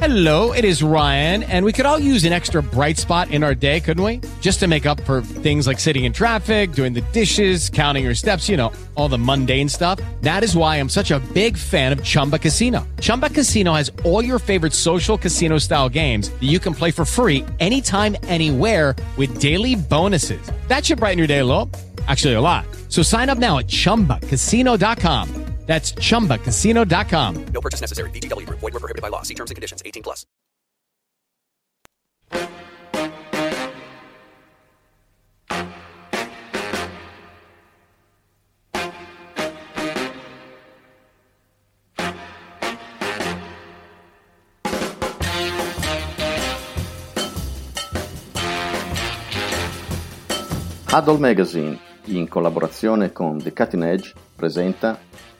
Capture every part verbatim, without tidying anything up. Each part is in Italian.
Hello, it is Ryan, and we could all use an extra bright spot in our day, couldn't we? Just to make up for things like sitting in traffic, doing the dishes, counting your steps, you know, all the mundane stuff. That is why I'm such a big fan of Chumba Casino. Chumba Casino has all your favorite social casino-style games that you can play for free anytime, anywhere with daily bonuses. That should brighten your day a little. Actually, a lot. So sign up now at chumba casino dot com. That's chumba casino dot com. No purchase necessary. V G W Group. Void where prohibited by law. See terms and conditions. eighteen plus. Huddle Magazine, in collaborazione con The Cutting Edge, presenta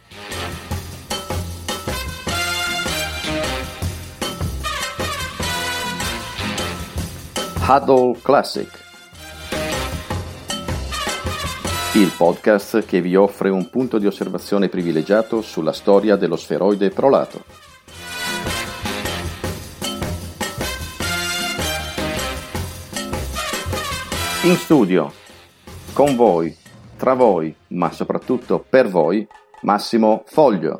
Huddle Classic, il podcast che vi offre un punto di osservazione privilegiato sulla storia dello sferoide prolato. In studio, con voi, tra voi, ma soprattutto per voi, Massimo Foglio.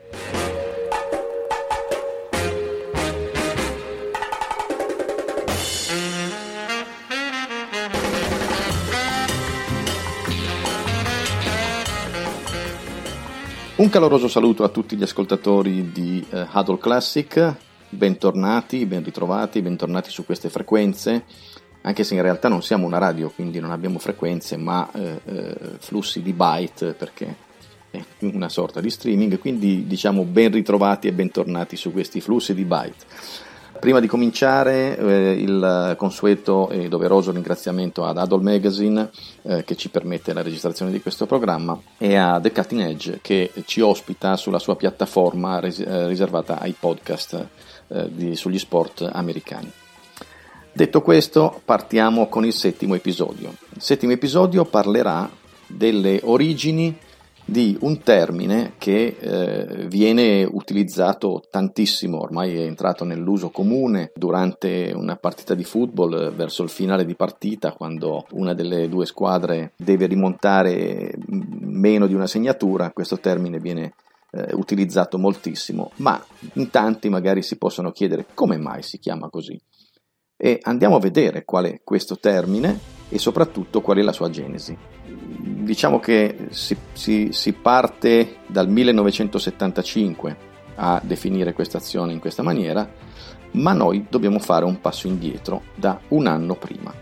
Un caloroso saluto a tutti gli ascoltatori di uh, Huddle Classic, bentornati, ben ritrovati, bentornati su queste frequenze. Anche se in realtà non siamo una radio, quindi non abbiamo frequenze, ma eh, eh, flussi di byte, perché è una sorta di streaming, quindi diciamo ben ritrovati e bentornati su questi flussi di byte. Prima di cominciare eh, il consueto e doveroso ringraziamento ad Huddle Magazine eh, che ci permette la registrazione di questo programma e a The Cutting Edge che ci ospita sulla sua piattaforma res- eh, riservata ai podcast eh, di, sugli sport americani. Detto questo, partiamo con il settimo episodio. Il settimo episodio parlerà delle origini di un termine che eh, viene utilizzato tantissimo, ormai è entrato nell'uso comune durante una partita di football, verso il finale di partita, quando una delle due squadre deve rimontare meno di una segnatura. Questo termine viene eh, utilizzato moltissimo, ma in tanti magari si possono chiedere come mai si chiama così. E andiamo a vedere qual è questo termine e soprattutto qual è la sua genesi. Diciamo che si, si, si parte dal millenovecentosettantacinque a definire questa azione in questa maniera, ma noi dobbiamo fare un passo indietro da un anno prima.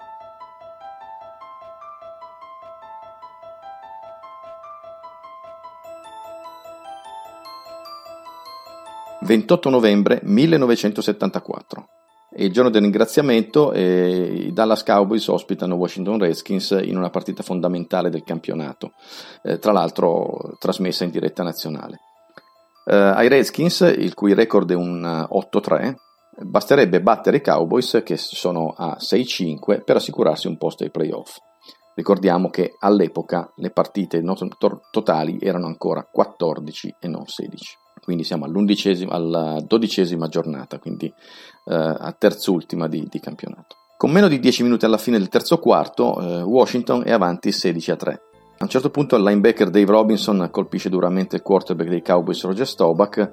ventotto novembre millenovecentosettantaquattro. È il giorno del ringraziamento e i Dallas Cowboys ospitano Washington Redskins in una partita fondamentale del campionato, eh, tra l'altro trasmessa in diretta nazionale. Eh, ai Redskins, il cui record è un otto tre, basterebbe battere i Cowboys che sono a sei cinque per assicurarsi un posto ai playoff. Ricordiamo che all'epoca le partite totali erano ancora quattordici e non sedici. Quindi siamo all'undicesima, alla dodicesima giornata, quindi eh, a terzultima di, di campionato. Con meno di dieci minuti alla fine del terzo quarto, eh, Washington è avanti sedici a tre. A un certo punto il linebacker Dave Robinson colpisce duramente il quarterback dei Cowboys Roger Staubach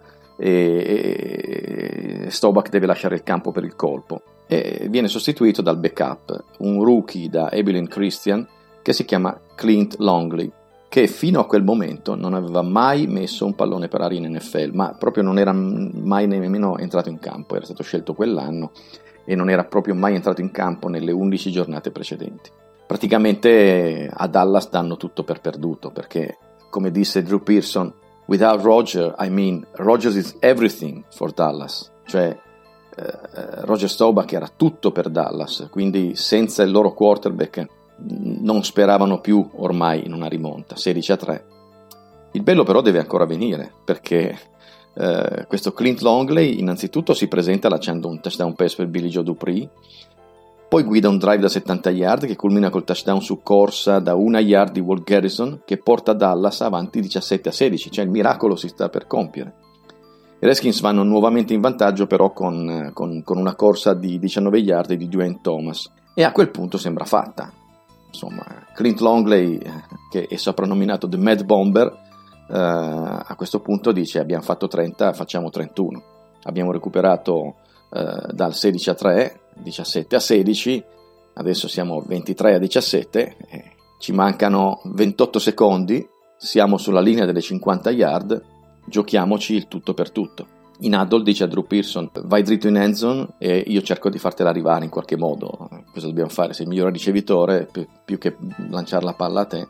e, e Staubach deve lasciare il campo per il colpo e viene sostituito dal backup, un rookie da Abilene Christian che si chiama Clint Longley, che fino a quel momento non aveva mai messo un pallone per aria in N F L, ma proprio non era mai nemmeno entrato in campo, era stato scelto quell'anno e non era proprio mai entrato in campo nelle undici giornate precedenti. Praticamente a Dallas danno tutto per perduto, perché come disse Drew Pearson, without Roger, I mean, Rodgers is everything for Dallas, cioè eh, Roger Staubach era tutto per Dallas, quindi senza il loro quarterback non speravano più ormai in una rimonta, sedici a tre. Il bello però deve ancora venire, perché eh, questo Clint Longley innanzitutto si presenta lanciando un touchdown pass per Billy Joe Dupree, poi guida un drive da settanta yard che culmina col touchdown su corsa da una yard di Walt Garrison che porta Dallas avanti diciassette a sedici, cioè il miracolo si sta per compiere. I Redskins vanno nuovamente in vantaggio però con, con, con una corsa di diciannove yard di Dwayne Thomas, e a quel punto sembra fatta. Insomma, Clint Longley, che è soprannominato The Mad Bomber, eh, a questo punto dice: abbiamo fatto trenta, facciamo trentuno. Abbiamo recuperato eh, dal sedici a tre, diciassette a sedici, adesso siamo ventitré a diciassette, eh, ci mancano ventotto secondi, siamo sulla linea delle cinquanta yard, giochiamoci il tutto per tutto. In huddle dice a Drew Pearson: vai dritto in end zone e io cerco di fartela arrivare in qualche modo. Cosa dobbiamo fare? Sei il migliore ricevitore, più, più che lanciare la palla a te.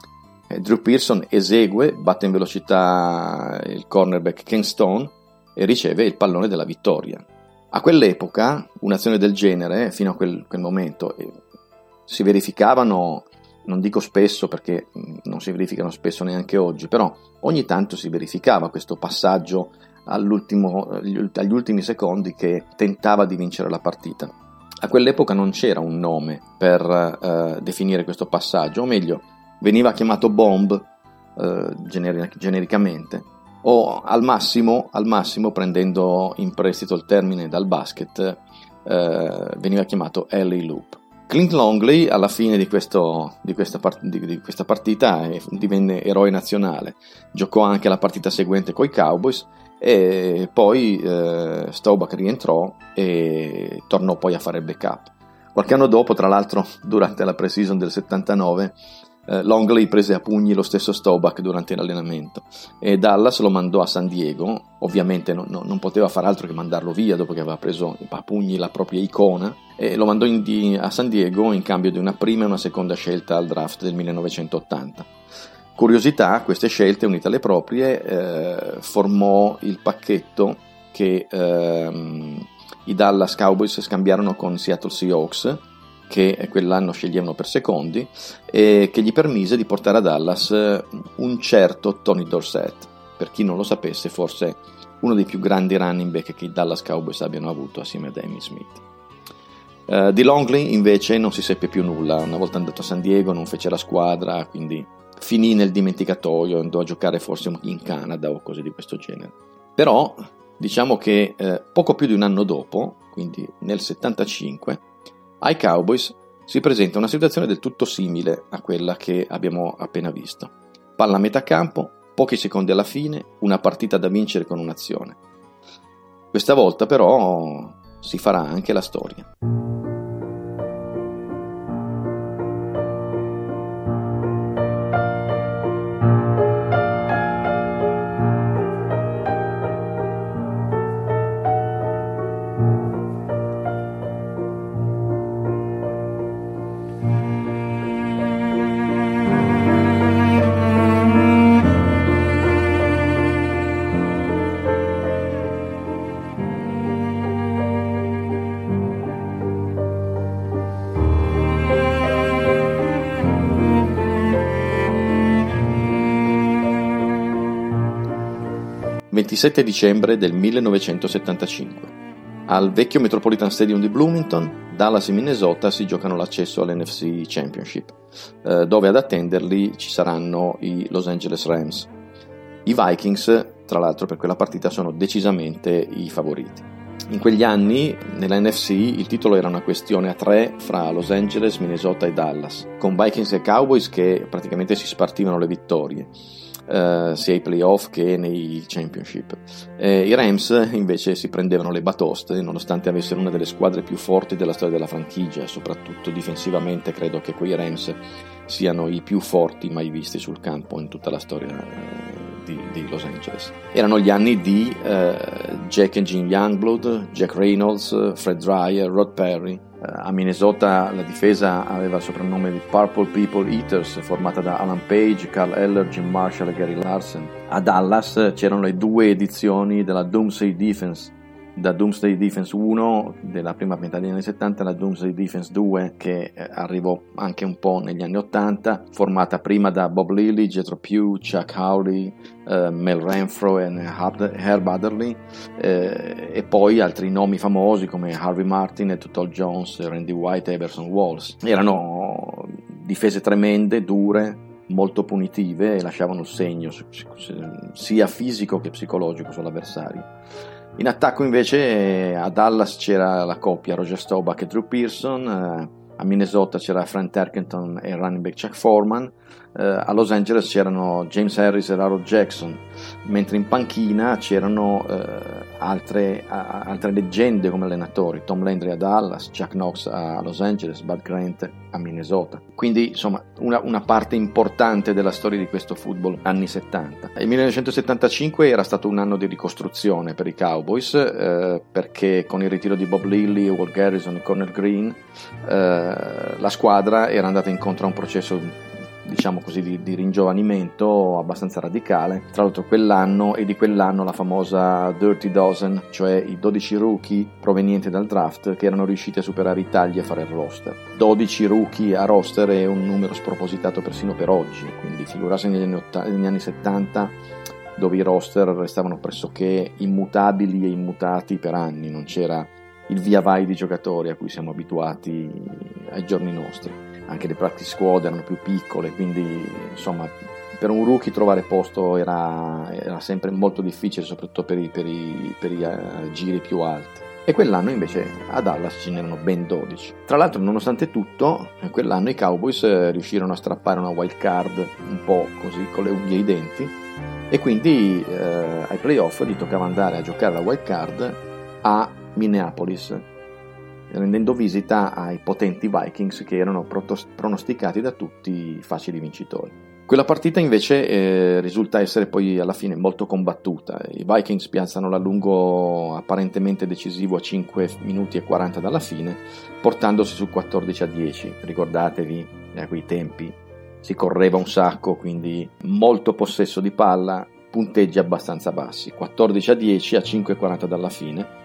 E Drew Pearson esegue, batte in velocità il cornerback Ken Stone e riceve il pallone della vittoria. A quell'epoca un'azione del genere, fino a quel, quel momento, eh, si verificavano, non dico spesso perché non si verificano spesso neanche oggi, però ogni tanto si verificava questo passaggio all'ultimo, agli ultimi secondi che tentava di vincere la partita. A quell'epoca non c'era un nome per eh, definire questo passaggio, o meglio, veniva chiamato bomb eh, generic- genericamente, o al massimo, al massimo, prendendo in prestito il termine dal basket, eh, veniva chiamato alley loop. Clint Longley alla fine di, questo, di, questa, part- di, di questa partita divenne eroe nazionale, giocò anche la partita seguente coi Cowboys e poi eh, Staubach rientrò e tornò poi a fare il backup. Qualche anno dopo, tra l'altro durante la pre-season del settantanove, eh, Longley prese a pugni lo stesso Staubach durante l'allenamento e Dallas lo mandò a San Diego. Ovviamente non, non poteva far altro che mandarlo via dopo che aveva preso a pugni la propria icona, e lo mandò in di, a San Diego in cambio di una prima e una seconda scelta al draft del millenovecentottanta. Curiosità, queste scelte unite alle proprie eh, formò il pacchetto che ehm, i Dallas Cowboys scambiarono con Seattle Seahawks, che quell'anno sceglievano per secondi, e che gli permise di portare a Dallas un certo Tony Dorsett, per chi non lo sapesse forse uno dei più grandi running back che i Dallas Cowboys abbiano avuto assieme ad Emmitt Smith. Uh, di Longley invece non si seppe più nulla. Una volta andato a San Diego non fece la squadra, quindi finì nel dimenticatoio, andò a giocare forse in Canada o cose di questo genere. Però diciamo che eh, poco più di un anno dopo, quindi nel settantacinque, ai Cowboys si presenta una situazione del tutto simile a quella che abbiamo appena visto. Palla a metà campo, pochi secondi alla fine, una partita da vincere con un'azione. Questa volta però si farà anche la storia. ventisette dicembre del millenovecentosettantacinque. Al vecchio Metropolitan Stadium di Bloomington, Dallas e Minnesota si giocano l'accesso all'N F C Championship, eh, dove ad attenderli ci saranno i Los Angeles Rams. I Vikings, tra l'altro, per quella partita sono decisamente i favoriti. In quegli anni, nella N F C, il titolo era una questione a tre fra Los Angeles, Minnesota e Dallas, con Vikings e Cowboys che praticamente si spartivano le vittorie. Uh, sia ai playoff che nei championship. Eh, i Rams invece si prendevano le batoste, nonostante avessero una delle squadre più forti della storia della franchigia, soprattutto difensivamente. Credo che quei Rams siano i più forti mai visti sul campo in tutta la storia uh, di, di Los Angeles. Erano gli anni di uh, Jack and Jim Youngblood, Jack Reynolds, Fred Dryer, Rod Perry. A Minnesota la difesa aveva il soprannome di Purple People Eaters, formata da Alan Page, Carl Eller, Jim Marshall e Gary Larson. A Dallas c'erano le due edizioni della Doomsday Defense, da Doomsday Defense uno della prima metà degli anni settanta alla Doomsday Defense due, che arrivò anche un po' negli anni ottanta, formata prima da Bob Lilly, Jethro Pugh, Chuck Howley, uh, Mel Renfro e Herb Adderley, eh, e poi altri nomi famosi come Harvey Martin, Ed Toll Jones, Randy White e Everson Walls. Erano difese tremende, dure, molto punitive e lasciavano il segno sia fisico che psicologico sull'avversario. In attacco invece a Dallas c'era la coppia Roger Staubach e Drew Pearson, a Minnesota c'era Frank Tarkenton e il running back Chuck Foreman, a Los Angeles c'erano James Harris e Harold Jackson, mentre in panchina c'erano eh, altre, a, altre leggende come allenatori, Tom Landry a Dallas, Chuck Knox a Los Angeles, Bud Grant a Minnesota. Quindi insomma una, una parte importante della storia di questo football anni settanta. Il millenovecentosettantacinque era stato un anno di ricostruzione per i Cowboys, eh, perché con il ritiro di Bob Lilly, Walt Garrison e Cornell Green eh, la squadra era andata incontro a un processo, diciamo così, di, di ringiovanimento abbastanza radicale. Tra l'altro quell'anno e di quell'anno la famosa Dirty Dozen, cioè i dodici rookie provenienti dal draft che erano riusciti a superare i tagli e a fare il roster. dodici rookie a roster è un numero spropositato persino per oggi, quindi figurarsi negli anni, ottanta, negli anni settanta, dove i roster restavano pressoché immutabili e immutati per anni, non c'era il via vai di giocatori a cui siamo abituati ai giorni nostri. Anche le practice squad erano più piccole, quindi insomma per un rookie trovare posto era, era sempre molto difficile, soprattutto per i, per i, per i uh, giri più alti. E quell'anno invece a Dallas ce n'erano ben dodici. Tra l'altro, nonostante tutto, quell'anno i Cowboys eh, riuscirono a strappare una wild card un po' così con le unghie ai denti, e quindi eh, ai playoff gli toccava andare a giocare la wild card a Minneapolis, rendendo visita ai potenti Vikings che erano pronosticati da tutti facili vincitori. Quella partita invece eh, risulta essere poi alla fine molto combattuta. I Vikings piazzano l'allungo apparentemente decisivo a cinque minuti e quaranta dalla fine, portandosi su quattordici a dieci. Ricordatevi, a quei tempi si correva un sacco, quindi molto possesso di palla, punteggi abbastanza bassi, quattordici a dieci a cinque e quaranta dalla fine.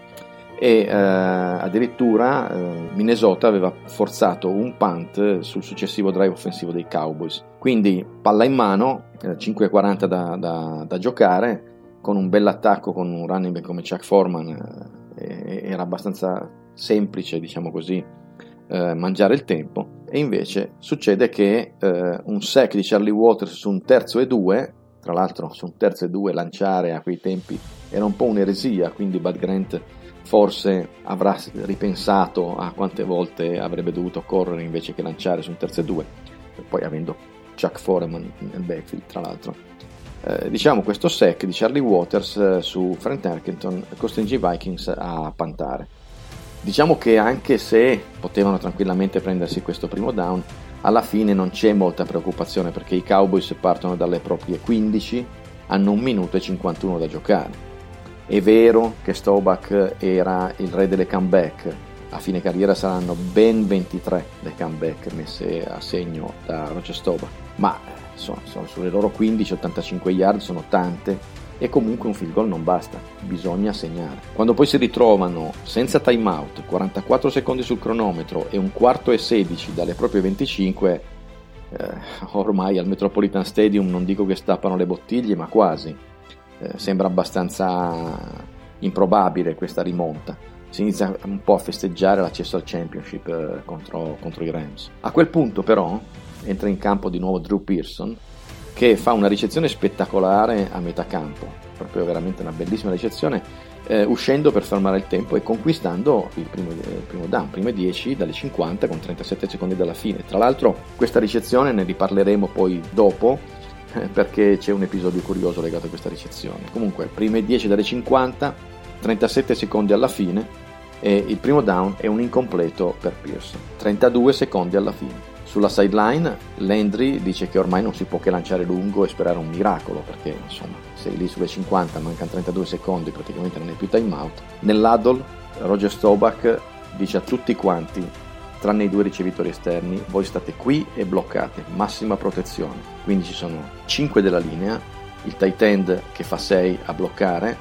E eh, addirittura eh, Minnesota aveva forzato un punt sul successivo drive offensivo dei Cowboys, quindi palla in mano, eh, cinque e quaranta da, da, da giocare, con un bell'attacco con un running back come Chuck Foreman, eh, era abbastanza semplice, diciamo così, eh, mangiare il tempo. E invece succede che eh, un sack di Charlie Waters su un terzo e due, tra l'altro su un terzo e due lanciare a quei tempi era un po' un'eresia, quindi Bud Grant forse avrà ripensato a quante volte avrebbe dovuto correre invece che lanciare su un terzo e due, poi avendo Chuck Foreman nel backfield, tra l'altro. Eh, diciamo questo sack di Charlie Waters eh, su Frank Tarkenton costringe i Vikings a pantare. Diciamo che anche se potevano tranquillamente prendersi questo primo down, alla fine non c'è molta preoccupazione, perché i Cowboys partono dalle proprie quindici, hanno un minuto e cinquantuno da giocare. È vero che Staubach era il re delle comeback, a fine carriera saranno ben ventitré le comeback messe a segno da Roger Staubach, ma sono, sono sulle loro quindici, ottantacinque yard sono tante, e comunque un field goal non basta, bisogna segnare. Quando poi si ritrovano senza timeout, quarantaquattro secondi sul cronometro e un quarto e sedici dalle proprie venticinque, eh, ormai al Metropolitan Stadium non dico che stappano le bottiglie, ma quasi. Eh, sembra abbastanza improbabile questa rimonta. Si inizia un po' a festeggiare l'accesso al championship eh, contro, contro i Rams. A quel punto però entra in campo di nuovo Drew Pearson, che fa una ricezione spettacolare a metà campo, proprio veramente una bellissima ricezione, eh, uscendo per fermare il tempo e conquistando il primo, il primo down, prime dieci dalle cinquanta con trentasette secondi dalla fine. Tra l'altro questa ricezione ne riparleremo poi dopo, perché c'è un episodio curioso legato a questa ricezione. Comunque prime dieci dalle cinquanta, trentasette secondi alla fine, e il primo down è un incompleto per Pearson, trentadue secondi alla fine. Sulla sideline Landry dice che ormai non si può che lanciare lungo e sperare un miracolo, perché insomma sei lì sulle cinquanta, mancano trentadue secondi, praticamente non è più timeout. Nell'huddle Roger Staubach dice a tutti quanti, tranne i due ricevitori esterni, voi state qui e bloccate, massima protezione. Quindi ci sono cinque della linea, il tight end che fa sei a bloccare,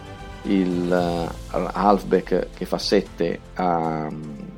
il uh, halfback che fa sette a,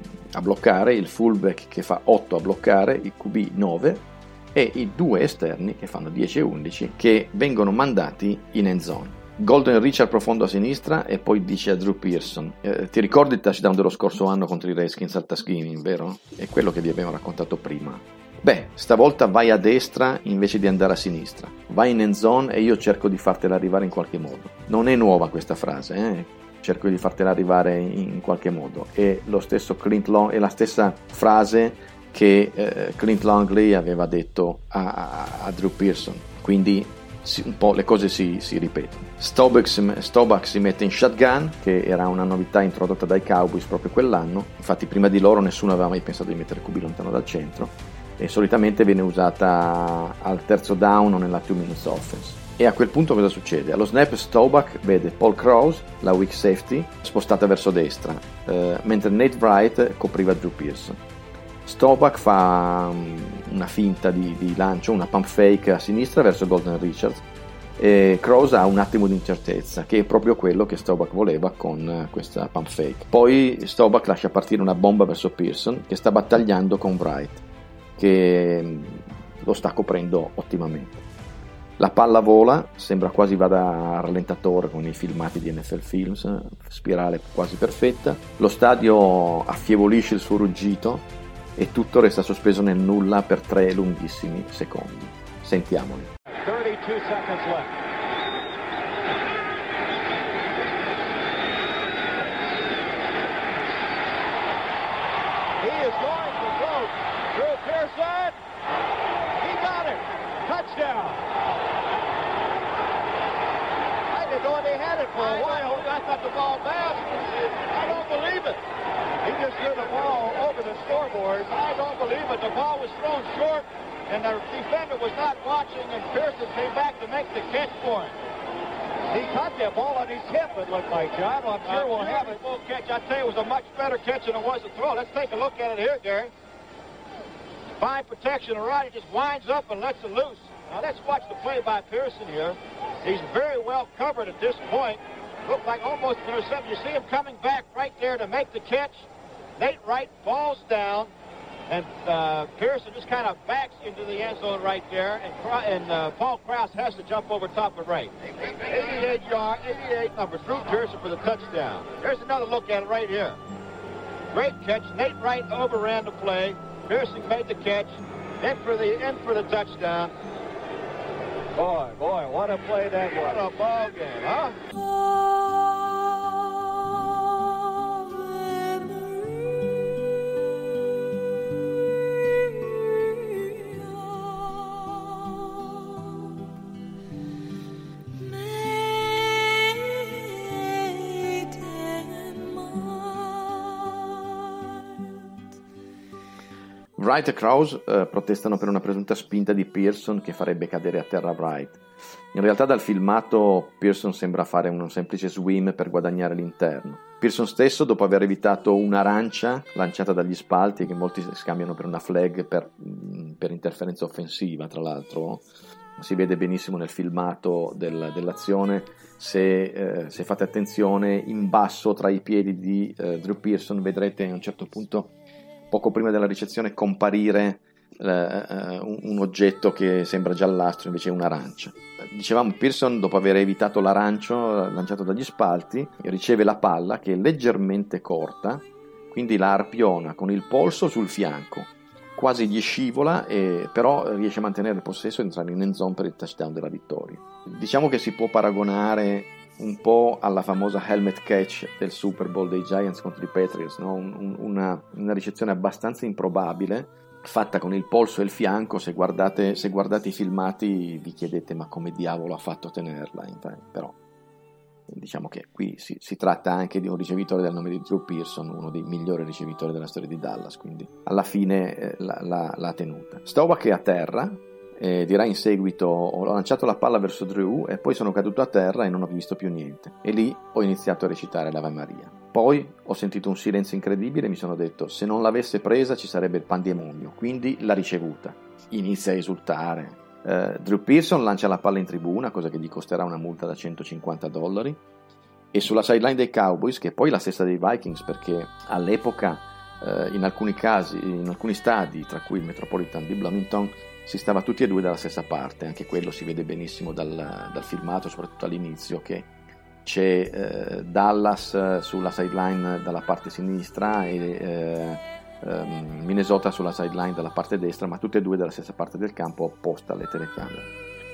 a bloccare, il fullback che fa otto a bloccare, il Q B nove e i due esterni che fanno dieci e undici, che vengono mandati in end zone. Golden reach al profondo a sinistra e poi dice a Drew Pearson, eh, ti ricordi il touchdown dello scorso anno contro i Redskins al Thanksgiving, vero? È quello che vi avevo raccontato prima. Beh, stavolta vai a destra invece di andare a sinistra, vai in end zone e io cerco di fartela arrivare in qualche modo. Non è nuova questa frase, eh? Cerco di fartela arrivare in qualche modo. È lo stesso Clint Long, è la stessa frase che eh, Clint Longley aveva detto a, a, a Drew Pearson, quindi si, un po' le cose si, si ripetono. Staubach, Staubach si mette in shotgun, che era una novità introdotta dai Cowboys proprio quell'anno, infatti prima di loro nessuno aveva mai pensato di mettere Q B lontano dal centro, e solitamente viene usata al terzo down o nella two minutes offense. E a quel punto cosa succede? Allo snap Staubach vede Paul Krause, la weak safety, spostata verso destra, eh, mentre Nate Wright copriva Drew Pearson. Staubach fa una finta di, di lancio, una pump fake a sinistra verso Golden Richards, e Krause ha un attimo di incertezza, che è proprio quello che Staubach voleva con questa pump fake. Poi Staubach lascia partire una bomba verso Pearson, che sta battagliando con Wright, che lo sta coprendo ottimamente. La palla vola, sembra quasi vada a rallentatore con i filmati di N F L Films, spirale quasi perfetta. Lo stadio affievolisce il suo ruggito e tutto resta sospeso nel nulla per tre lunghissimi secondi. Sentiamoli. thirty-two seconds left. He is going for broke. Drew Pearson. He got it. Touchdown. I didn't know they had it for a while. I thought the ball bounced. I don't believe it. He just threw the ball over the scoreboard. I don't believe it. The ball was thrown short, and the defender was not watching, and Pearson came back to make the catch for him. He caught that ball on his hip, it looked like, John. Well, I'm sure we'll have it. Full catch. I tell you, it was a much better catch than it was a throw. Let's take a look at it here, Gary. Fine protection, and right, he just winds up and lets it loose. Now let's watch the play by Pearson here. He's very well covered at this point. Looked like almost an interception. You see him coming back right there to make the catch. Nate Wright falls down, and uh, Pearson just kind of backs into the end zone right there, and, and uh, Paul Krause has to jump over top of Wright. eighty-eight yard, eighty-eight number, Drew Pearson for the touchdown. There's another look at it right here. Great catch. Nate Wright overran the play. Pearson made the catch. In for the in for the touchdown. Boy, boy, what a play that was. What a ball game, huh? Wright e Krause eh, protestano per una presunta spinta di Pearson che farebbe cadere a terra Wright. In realtà dal filmato Pearson sembra fare un semplice swim per guadagnare l'interno. Pearson stesso, dopo aver evitato un'arancia lanciata dagli spalti, che molti scambiano per una flag per, per interferenza offensiva, tra l'altro si vede benissimo nel filmato del, dell'azione, se, eh, se fate attenzione, in basso tra i piedi di eh, Drew Pearson vedrete a un certo punto, poco prima della ricezione, comparire eh, un, un oggetto che sembra giallastro, invece è un'arancia. Dicevamo, Pearson, dopo aver evitato l'arancio lanciato dagli spalti, riceve la palla che è leggermente corta, quindi la arpiona con il polso sul fianco, quasi gli scivola, e però riesce a mantenere il possesso e entrare in end zone per il touchdown della vittoria. Diciamo che si può paragonare un po' alla famosa helmet catch del Super Bowl dei Giants contro i Patriots, no? un, un, una, una ricezione abbastanza improbabile, fatta con il polso e il fianco. Se guardate, se guardate i filmati vi chiedete ma come diavolo ha fatto a tenerla, però diciamo che qui si, si tratta anche di un ricevitore del nome di Drew Pearson, uno dei migliori ricevitori della storia di Dallas, quindi alla fine eh, l'ha, l'ha tenuta. Staubach è a terra. E dirà in seguito: ho lanciato la palla verso Drew e poi sono caduto a terra e non ho visto più niente, e lì ho iniziato a recitare l'Ave Maria. Poi ho sentito un silenzio incredibile e mi sono detto: se non l'avesse presa ci sarebbe il pandemonio, quindi l'ha ricevuta. Inizia a esultare. uh, Drew Pearson lancia la palla in tribuna, cosa che gli costerà una multa da centocinquanta dollari, e sulla sideline dei Cowboys, che è poi la stessa dei Vikings, perché all'epoca uh, in alcuni casi, in alcuni stadi, tra cui il Metropolitan di Bloomington, si stava tutti e due dalla stessa parte. Anche quello si vede benissimo dal, dal filmato, soprattutto all'inizio, che c'è eh, Dallas sulla sideline dalla parte sinistra e, eh, ehm, Minnesota sulla sideline dalla parte destra, ma tutte e due dalla stessa parte del campo opposta alle telecamere.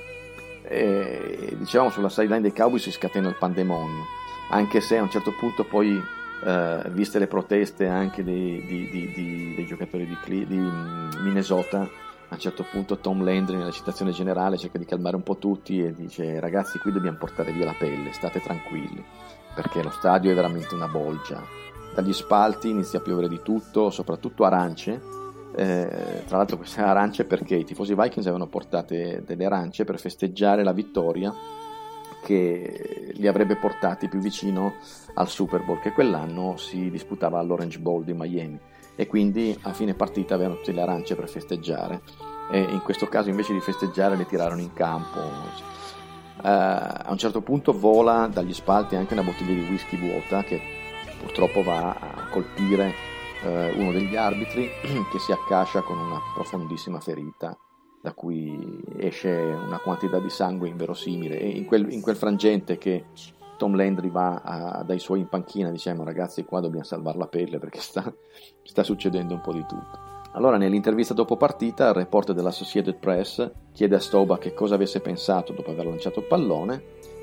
E, dicevamo, sulla sideline dei Cowboys si scatena il pandemonio, anche se a un certo punto poi, eh, viste le proteste anche dei, di, di, di, dei giocatori di, di Minnesota, a un certo punto Tom Landry nella citazione generale cerca di calmare un po' tutti e dice: ragazzi, qui dobbiamo portare via la pelle, state tranquilli, perché lo stadio è veramente una bolgia, dagli spalti inizia a piovere di tutto, soprattutto arance. Eh, tra l'altro queste arance perché i tifosi Vikings avevano portate delle arance per festeggiare la vittoria che li avrebbe portati più vicino al Super Bowl, che quell'anno si disputava all'Orange Bowl di Miami, e quindi a fine partita avevano tutte le arance per festeggiare, e in questo caso invece di festeggiare le tirarono in campo. Uh, a un certo punto vola dagli spalti anche una bottiglia di whisky vuota che purtroppo va a colpire uh, uno degli arbitri, che si accascia con una profondissima ferita da cui esce una quantità di sangue inverosimile, e in quel, in quel frangente che Tom Landry va a, dai suoi in panchina, diciamo: ragazzi, qua dobbiamo salvare la pelle perché sta, sta succedendo un po' di tutto. Allora, nell'intervista dopo partita, il reporter dell'Associated Press chiede a Staubach che cosa avesse pensato dopo aver lanciato il pallone,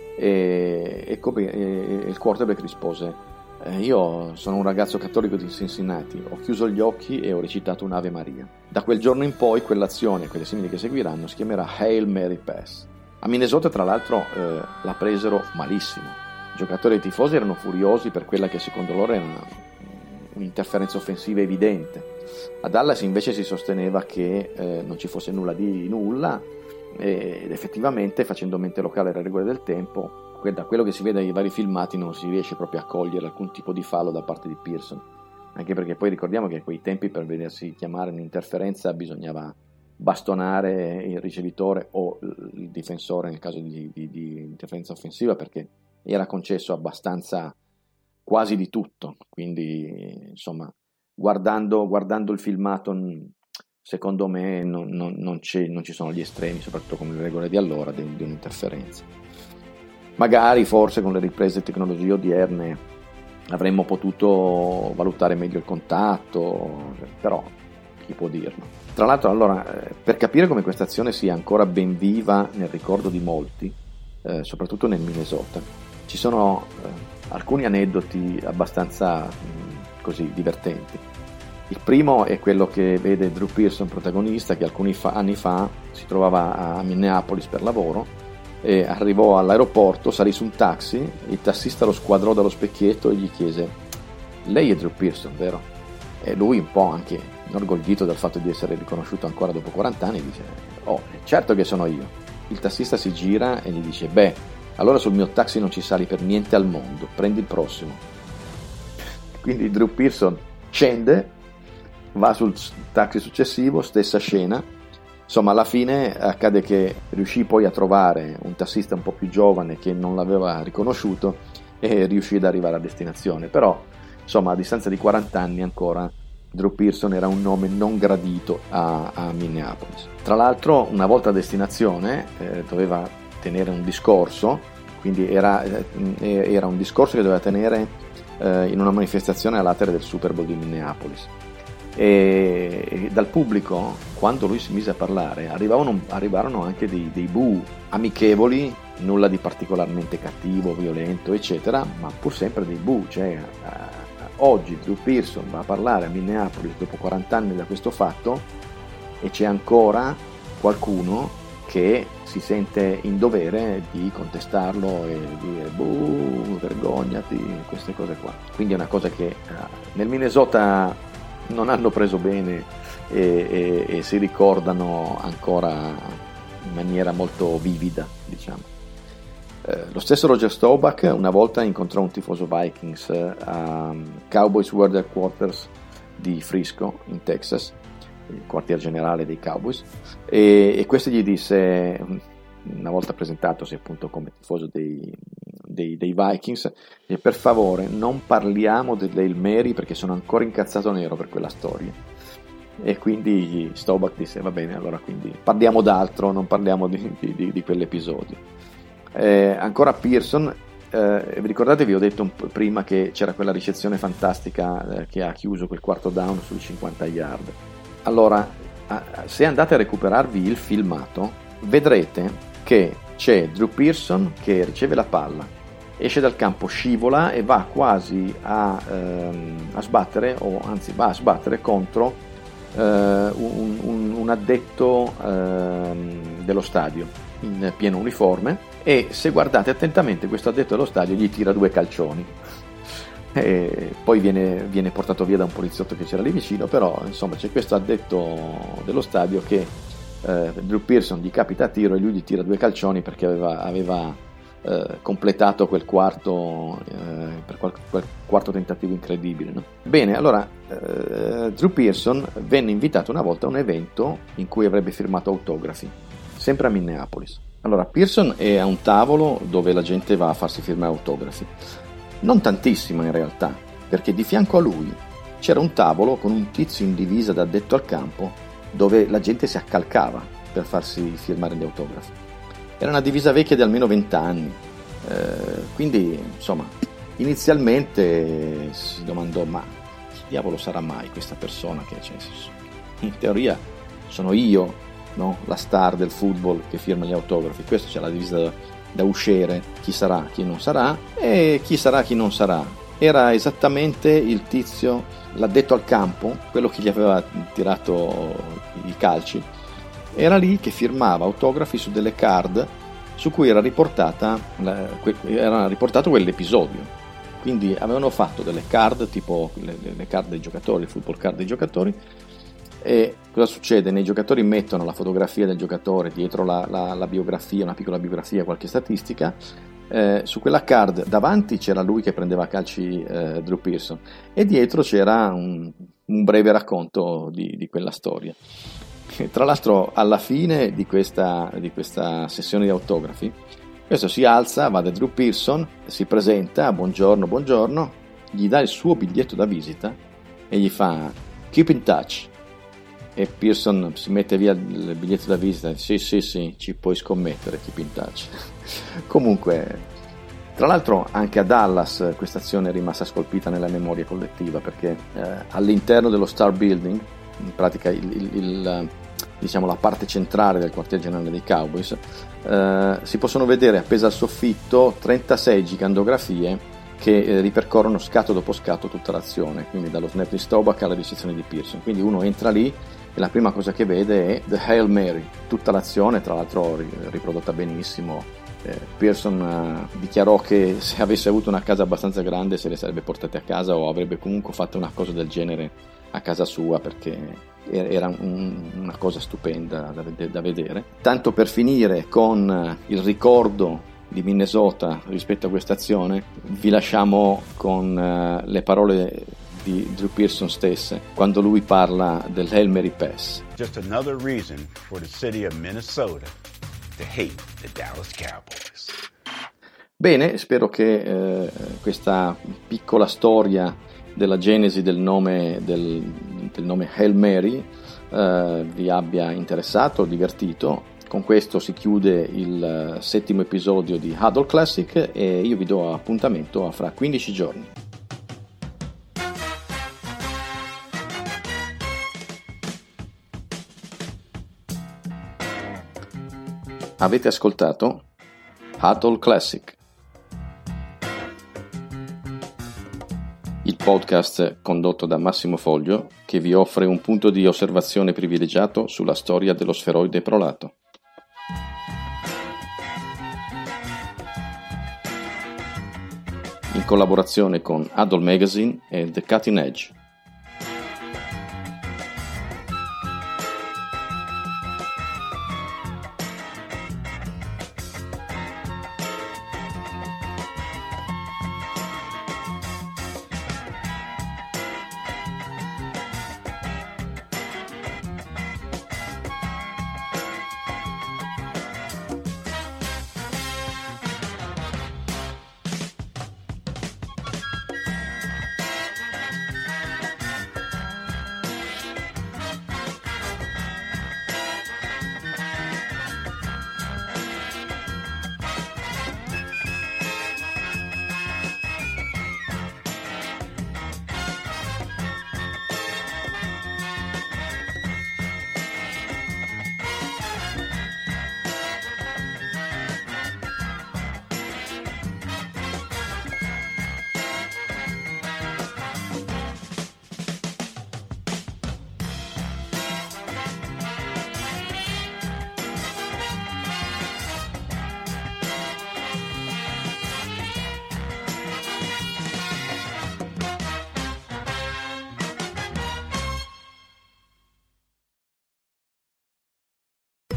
e, e, come, e il quarterback rispose: eh, io sono un ragazzo cattolico di Cincinnati, ho chiuso gli occhi e ho recitato un'Ave Maria. Da quel giorno in poi quell'azione e quelle simili che seguiranno si chiamerà Hail Mary Pass. A Minnesota, tra l'altro, eh, la presero malissimo. I giocatori e i tifosi erano furiosi per quella che secondo loro era una, un'interferenza offensiva evidente. A Dallas invece si sosteneva che eh, non ci fosse nulla di nulla, ed effettivamente, facendo mente locale alle regole del tempo, da quello che si vede nei vari filmati non si riesce proprio a cogliere alcun tipo di fallo da parte di Pearson, anche perché poi ricordiamo che a quei tempi per vedersi chiamare un'interferenza bisognava bastonare il ricevitore o il difensore nel caso di, di, di interferenza offensiva, perché era concesso abbastanza quasi di tutto. Quindi insomma, guardando, guardando il filmato, secondo me non, non, non, c'è, non ci sono gli estremi, soprattutto con le regole di allora, di, di un'interferenza. Magari forse con le riprese e tecnologie odierne avremmo potuto valutare meglio il contatto, però chi può dirlo. Tra l'altro, allora, per capire come questa azione sia ancora ben viva nel ricordo di molti, eh, soprattutto nel Minnesota, ci sono eh, alcuni aneddoti abbastanza mh, così divertenti. Il primo è quello che vede Drew Pearson protagonista, che alcuni fa- anni fa si trovava a Minneapolis per lavoro, e arrivò all'aeroporto, salì su un taxi, il tassista lo squadrò dallo specchietto e gli chiese: lei è Drew Pearson, vero? E lui, un po' anche inorgoglito dal fatto di essere riconosciuto ancora dopo quaranta anni, dice: oh, certo che sono io. Il tassista si gira e gli dice: beh, allora sul mio taxi non ci sali per niente al mondo, prendi il prossimo. Quindi Drew Pearson scende, va sul taxi successivo, stessa scena. Insomma, alla fine accade che riuscì poi a trovare un tassista un po' più giovane che non l'aveva riconosciuto e riuscì ad arrivare a destinazione. Però, insomma, a distanza di quaranta anni ancora Drew Pearson era un nome non gradito a, a Minneapolis. Tra l'altro, una volta a destinazione eh, doveva tenere un discorso, quindi era, eh, era un discorso che doveva tenere eh, in una manifestazione all'atere del Super Bowl di Minneapolis. E, e dal pubblico, quando lui si mise a parlare, arrivavano, arrivarono anche dei, dei boo amichevoli, nulla di particolarmente cattivo, violento, eccetera, ma pur sempre dei boo. Cioè, uh, oggi Drew Pearson va a parlare a Minneapolis dopo quaranta anni da questo fatto e c'è ancora qualcuno che si sente in dovere di contestarlo e dire buh, vergognati, queste cose qua. Quindi è una cosa che uh, nel Minnesota non hanno preso bene e, e, e si ricordano ancora in maniera molto vivida, diciamo. Eh, lo stesso Roger Staubach una volta incontrò un tifoso Vikings eh, a Cowboys World Headquarters di Frisco, in Texas, il quartier generale dei Cowboys, e, e questo gli disse, una volta presentatosi appunto come tifoso dei, dei, dei Vikings, e per favore non parliamo delle Hail Mary perché sono ancora incazzato nero per quella storia. E quindi Staubach disse: va bene, allora quindi parliamo d'altro, non parliamo di, di, di quell'episodio. Eh, ancora Pearson eh, vi ricordate, vi ho detto un po' prima che c'era quella ricezione fantastica eh, che ha chiuso quel quarto down sui cinquanta yard. Allora, eh, se andate a recuperarvi il filmato, vedrete che c'è Drew Pearson che riceve la palla, esce dal campo, scivola e va quasi a, ehm, a sbattere, o anzi va a sbattere contro eh, un, un, un addetto ehm, dello stadio in pieno uniforme, e se guardate attentamente questo addetto dello stadio gli tira due calcioni e poi viene, viene portato via da un poliziotto che c'era lì vicino, però insomma c'è questo addetto dello stadio che eh, Drew Pearson gli capita a tiro e lui gli tira due calcioni perché aveva, aveva eh, completato quel quarto eh, per quel, quel quarto tentativo incredibile, no? Bene, allora eh, Drew Pearson venne invitato una volta a un evento in cui avrebbe firmato autografi, sempre a Minneapolis. Allora, Pearson è a un tavolo dove la gente va a farsi firmare autografi. Non tantissimo in realtà, perché di fianco a lui c'era un tavolo con un tizio in divisa da addetto al campo dove la gente si accalcava per farsi firmare gli autografi. Era una divisa vecchia di almeno venti anni, eh, quindi insomma inizialmente si domandò: ma chi diavolo sarà mai questa persona che c'è? In teoria sono io, no? La star del football che firma gli autografi. Questo c'è la divisa da, da usciere, chi sarà, chi non sarà, e chi sarà, chi non sarà. Era esattamente il tizio, l'addetto al campo, quello che gli aveva tirato i calci. Era lì che firmava autografi su delle card su cui era riportata era riportato quell'episodio. Quindi avevano fatto delle card tipo le, le card dei giocatori, il football card dei giocatori. E cosa succede? Nei giocatori mettono la fotografia del giocatore, dietro la, la, la biografia, una piccola biografia, qualche statistica. Eh, su quella card davanti c'era lui che prendeva a calci eh, Drew Pearson, e dietro c'era un, un breve racconto di, di quella storia. E tra l'altro alla fine di questa, di questa sessione di autografi, questo si alza, va da Drew Pearson, si presenta, buongiorno, buongiorno, gli dà il suo biglietto da visita e gli fa keep in touch. E Pearson si mette via il biglietto da visita e sì sì sì, ci puoi scommettere, keep in touch. Comunque, tra l'altro anche a Dallas questa azione è rimasta scolpita nella memoria collettiva, perché eh, all'interno dello Star Building, in pratica il, il, il, diciamo la parte centrale del quartier generale dei Cowboys, eh, si possono vedere appese al soffitto trentasei gigantografie che eh, ripercorrono scatto dopo scatto tutta l'azione, quindi dallo snap di Staubach alla ricezione di Pearson. Quindi uno entra lì e la prima cosa che vede è The Hail Mary, tutta l'azione, tra l'altro riprodotta benissimo. eh, Pearson eh, dichiarò che se avesse avuto una casa abbastanza grande se le sarebbe portate a casa, o avrebbe comunque fatto una cosa del genere a casa sua, perché era un, una cosa stupenda da, da vedere. Tanto per finire con il ricordo di Minnesota rispetto a questa azione, vi lasciamo con uh, le parole di Drew Pearson stesse quando lui parla del Hail Mary Pass. Just another reason for the city of Minnesota to hate the Dallas Cowboys. Bene, spero che eh, questa piccola storia della genesi del nome del, del nome Hail Mary eh, vi abbia interessato, divertito. Con questo si chiude il settimo episodio di Huddle Classic e io vi do appuntamento a fra quindici giorni. Avete ascoltato Huddle Classic, il podcast condotto da Massimo Foglio che vi offre un punto di osservazione privilegiato sulla storia dello sferoide prolato. In collaborazione con Huddle Magazine e The Cutting Edge.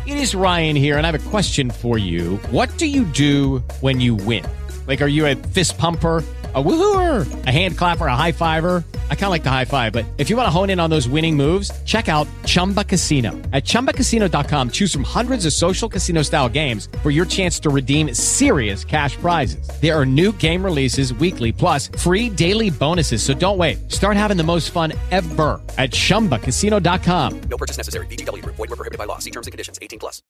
It is Ryan here, and I have a question for you. What do you do when you win? Like, are you a fist pumper, a woohooer, a hand clapper, a high fiver? I kind of like the high five, but if you want to hone in on those winning moves, check out Chumba Casino. At chumba casino dot com, choose from hundreds of social casino style games for your chance to redeem serious cash prizes. There are new game releases weekly, plus free daily bonuses. So don't wait. Start having the most fun ever at chumba casino dot com. No purchase necessary. V G W Group. Void where prohibited by law. See terms and conditions. eighteen plus.